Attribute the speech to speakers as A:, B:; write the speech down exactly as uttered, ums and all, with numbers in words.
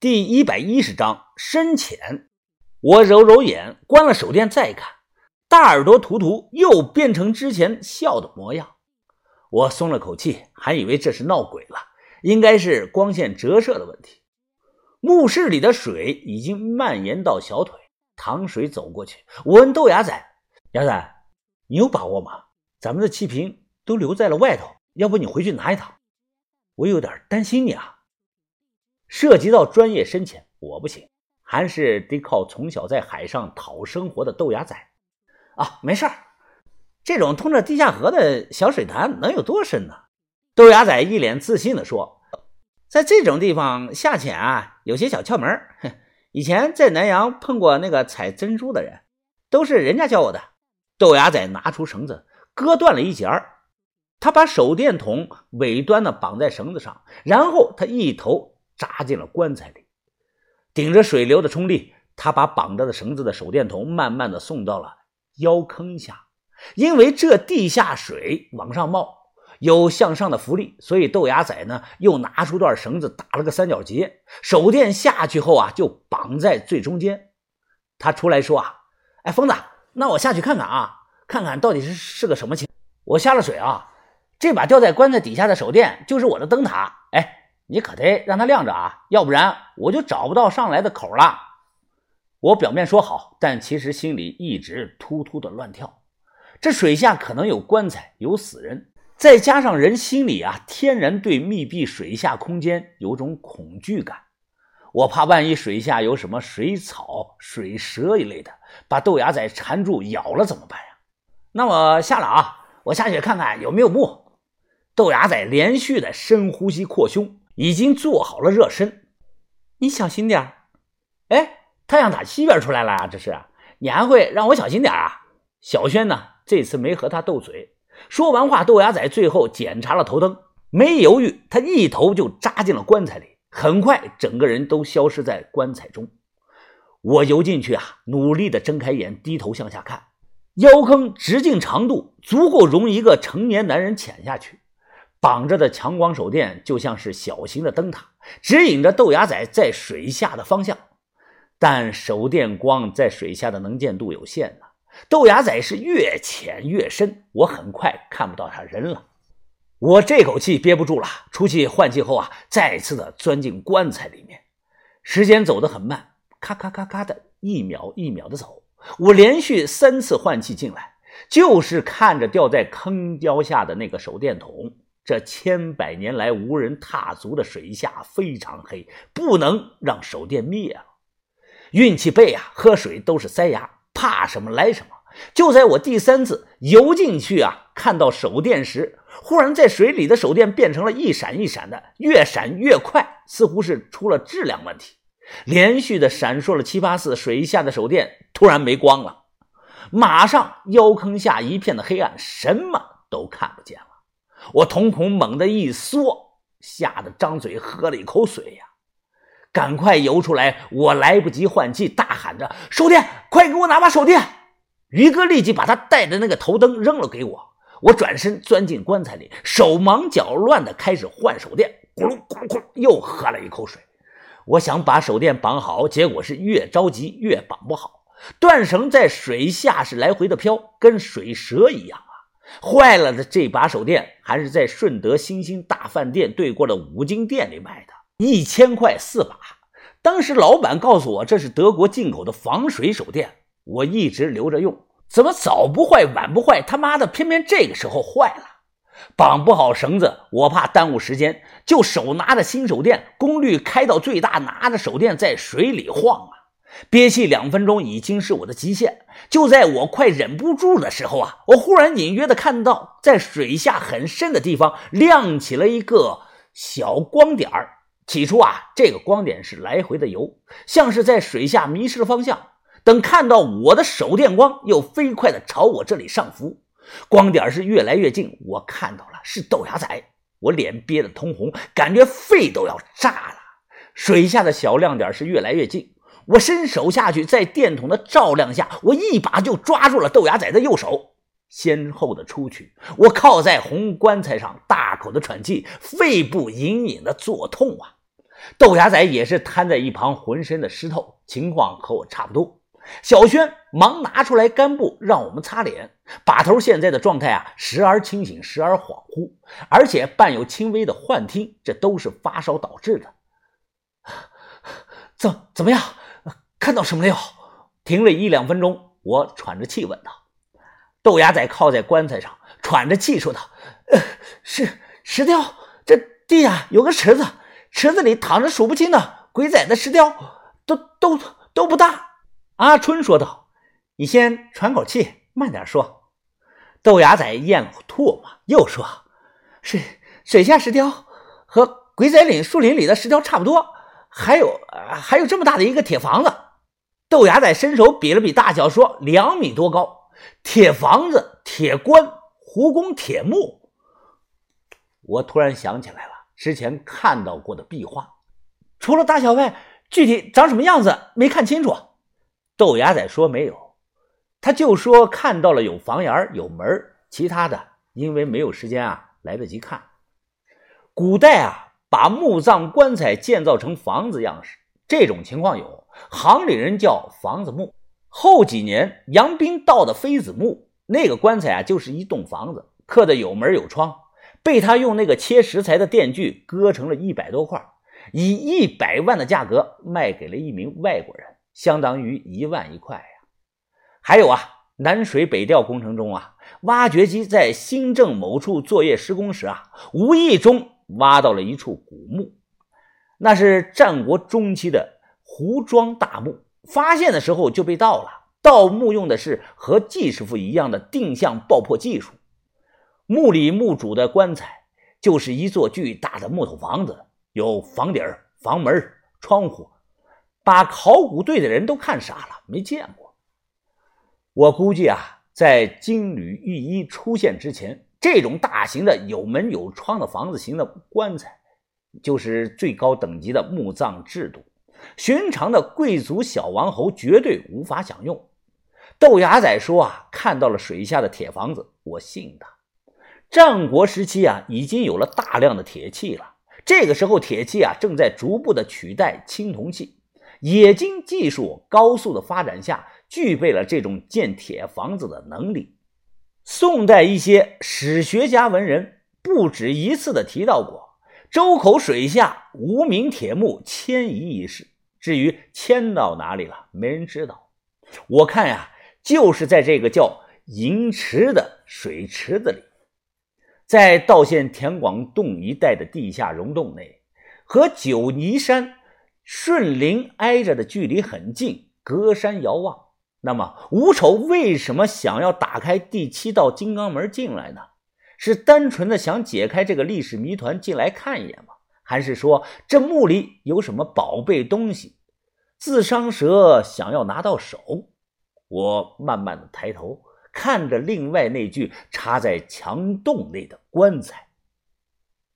A: 第一百一十章深浅。我揉揉眼，关了手电再看，大耳朵图图又变成之前笑的模样。我松了口气，还以为这是闹鬼了，应该是光线折射的问题。墓室里的水已经蔓延到小腿，淌水走过去，我问豆芽仔：芽仔，你有把握吗？咱们的气瓶都留在了外头，要不你回去拿一趟？我有点担心你啊。涉及到专业深浅，我不行，还是得靠从小在海上讨生活的豆芽仔。啊，没事儿，这种通着地下河的小水潭能有多深呢？豆芽仔一脸自信地说，在这种地方下潜啊，有些小窍门。以前在南洋碰过那个采珍珠的人，都是人家教我的。豆芽仔拿出绳子，割断了一截儿，他把手电筒尾端的绑在绳子上，然后他一头扎进了棺材里。顶着水流的冲力，他把绑着的绳子的手电筒慢慢的送到了腰坑下。因为这地下水往上冒，有向上的浮力，所以豆芽仔呢又拿出段绳子打了个三角结，手电下去后啊就绑在最中间。他出来说啊，哎，疯子，那我下去看看啊，看看到底是是个什么情况。我下了水啊，这把吊在棺材底下的手电就是我的灯塔，哎，你可得让它亮着啊，要不然我就找不到上来的口了。我表面说好，但其实心里一直突突的乱跳。这水下可能有棺材，有死人，再加上人心里啊天然对密闭水下空间有种恐惧感。我怕万一水下有什么水草、水蛇一类的，把豆芽仔缠住咬了怎么办呀？那我下了啊，我下去看看有没有墓。豆芽仔连续的深呼吸扩胸，已经做好了热身。你小心点。哎，太阳打西边出来了啊，这是你还会让我小心点啊？小轩呢这次没和他斗嘴，说完话，豆芽仔最后检查了头灯，没犹豫，他一头就扎进了棺材里，很快整个人都消失在棺材中。我游进去啊，努力的睁开眼，低头向下看，腰坑直径长度足够容一个成年男人潜下去，绑着的强光手电就像是小型的灯塔，指引着豆芽仔在水下的方向。但手电光在水下的能见度有限的，豆芽仔是越潜越深，我很快看不到他人了。我这口气憋不住了，出去换气后啊，再次的钻进棺材里面。时间走得很慢，咔咔咔咔的一秒一秒的走。我连续三次换气进来，就是看着掉在坑雕下的那个手电筒。这千百年来无人踏足的水下非常黑，不能让手电灭了。运气背啊，喝水都是塞牙，怕什么来什么。就在我第三次游进去啊，看到手电时，忽然在水里的手电变成了一闪一闪的，越闪越快，似乎是出了质量问题。连续的闪烁了七八次，水下的手电突然没光了，马上腰坑下一片的黑暗，什么都看不见了。我瞳孔猛地一缩，吓得张嘴喝了一口水呀、啊！赶快游出来，我来不及换气，大喊着手电，快给我拿把手电。于哥立即把他带的那个头灯扔了给我，我转身钻进棺材里，手忙脚乱的开始换手电，咕噜咕噜咕噜又喝了一口水。我想把手电绑好，结果是越着急越绑不好，断绳在水下是来回的飘，跟水蛇一样啊！坏了的这把手电还是在顺德新兴大饭店对过的五金店里买的，一千块四把。当时老板告诉我这是德国进口的防水手电，我一直留着用，怎么早不坏晚不坏，他妈的偏偏这个时候坏了。绑不好绳子，我怕耽误时间，就手拿着新手电，功率开到最大，拿着手电在水里晃啊，憋气两分钟已经是我的极限。就在我快忍不住的时候啊，我忽然隐约的看到在水下很深的地方亮起了一个小光点儿。起初啊，这个光点是来回的游，像是在水下迷失了方向。等看到我的手电光，又飞快的朝我这里上浮。光点是越来越近，我看到了是豆芽仔，我脸憋得通红，感觉肺都要炸了。水下的小亮点是越来越近，我伸手下去，在电筒的照亮下，我一把就抓住了豆芽仔的右手，先后的出去。我靠在红棺材上，大口的喘气，肺部隐隐的作痛啊。 豆芽仔也是瘫在一旁，浑身的湿透，情况和我差不多。小轩忙拿出来干布让我们擦脸。把头现在的状态啊，时而清醒，时而恍惚，而且伴有轻微的幻听，这都是发烧导致的。怎怎么样？看到什么了哟？停了一两分钟，我喘着气问道。豆芽仔靠在棺材上，喘着气说道：“呃，是石雕，这地下有个池子，池子里躺着数不清的鬼仔的石雕，都都都不大。”阿春说道：“你先喘口气，慢点说。”豆芽仔咽了唾沫，又说：“水水下石雕和鬼仔岭树林里的石雕差不多，还有、呃、还有这么大的一个铁房子。”豆芽仔伸手比了比大小，说：“两米多高，铁房子、铁棺、胡公铁木。”我突然想起来了之前看到过的壁画，除了大小外，具体长什么样子没看清楚。豆芽仔说没有，他就说看到了有房檐有门，其他的因为没有时间啊来得及看。古代啊把墓葬棺材建造成房子样式，这种情况有，行里人叫房子墓。后几年杨斌盗的妃子墓，那个棺材啊就是一栋房子，刻的有门有窗，被他用那个切石材的电锯割成了一百多块，以一百万的价格卖给了一名外国人，相当于一万一块呀。还有啊，南水北调工程中啊，挖掘机在新郑某处作业施工时啊，无意中挖到了一处古墓，那是战国中期的胡庄大墓，发现的时候就被盗了。盗墓用的是和季师傅一样的定向爆破技术。墓里墓主的棺材就是一座巨大的木头房子，有房顶、房门、窗户，把考古队的人都看傻了，没见过。我估计啊，在金缕玉衣出现之前，这种大型的有门有窗的房子型的棺材就是最高等级的墓葬制度，寻常的贵族小王侯绝对无法享用。豆芽仔说啊，看到了水下的铁房子，我信他。战国时期啊，已经有了大量的铁器了，这个时候铁器啊正在逐步的取代青铜器，冶金技术高速的发展下，具备了这种建铁房子的能力。宋代一些史学家文人不止一次的提到过周口水下无名铁木迁移一事，至于迁到哪里了，没人知道。我看呀、啊，就是在这个叫银池的水池子里，在道县田广洞一带的地下溶洞内，和九尼山顺林挨着的距离很近，隔山遥望。那么吴丑为什么想要打开第七道金刚门进来呢？是单纯的想解开这个历史谜团进来看一眼吗？还是说这墓里有什么宝贝东西，自伤蛇想要拿到手？我慢慢的抬头看着另外那具插在墙洞内的棺材，